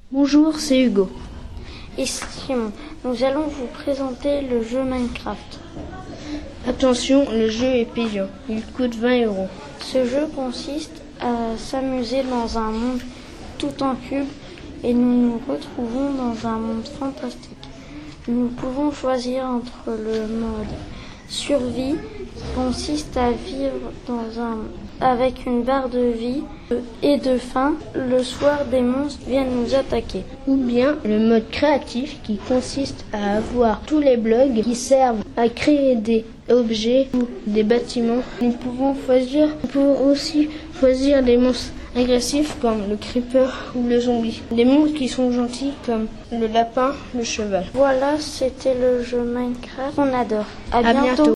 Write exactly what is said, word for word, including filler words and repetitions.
Bonjour, c'est Hugo. Et Simon, nous allons vous présenter le jeu Minecraft. Attention, le jeu est payant, il coûte vingt euros. Ce jeu consiste à s'amuser dans un monde tout en cube et nous nous retrouvons dans un monde fantastique. Nous pouvons choisir entre le mode survie qui consiste à vivre dans un avec une barre de vie et de faim le soir des monstres viennent nous attaquer. Ou bien le mode créatif qui consiste à avoir tous les blocs qui servent à créer des objets ou des bâtiments. Nous pouvons choisir, nous pouvons aussi choisir des monstres agressifs comme le creeper ou le zombie. Des monstres qui sont gentils comme le lapin, le cheval. Voilà, c'était le jeu Minecraft. On adore. À, à bientôt. bientôt.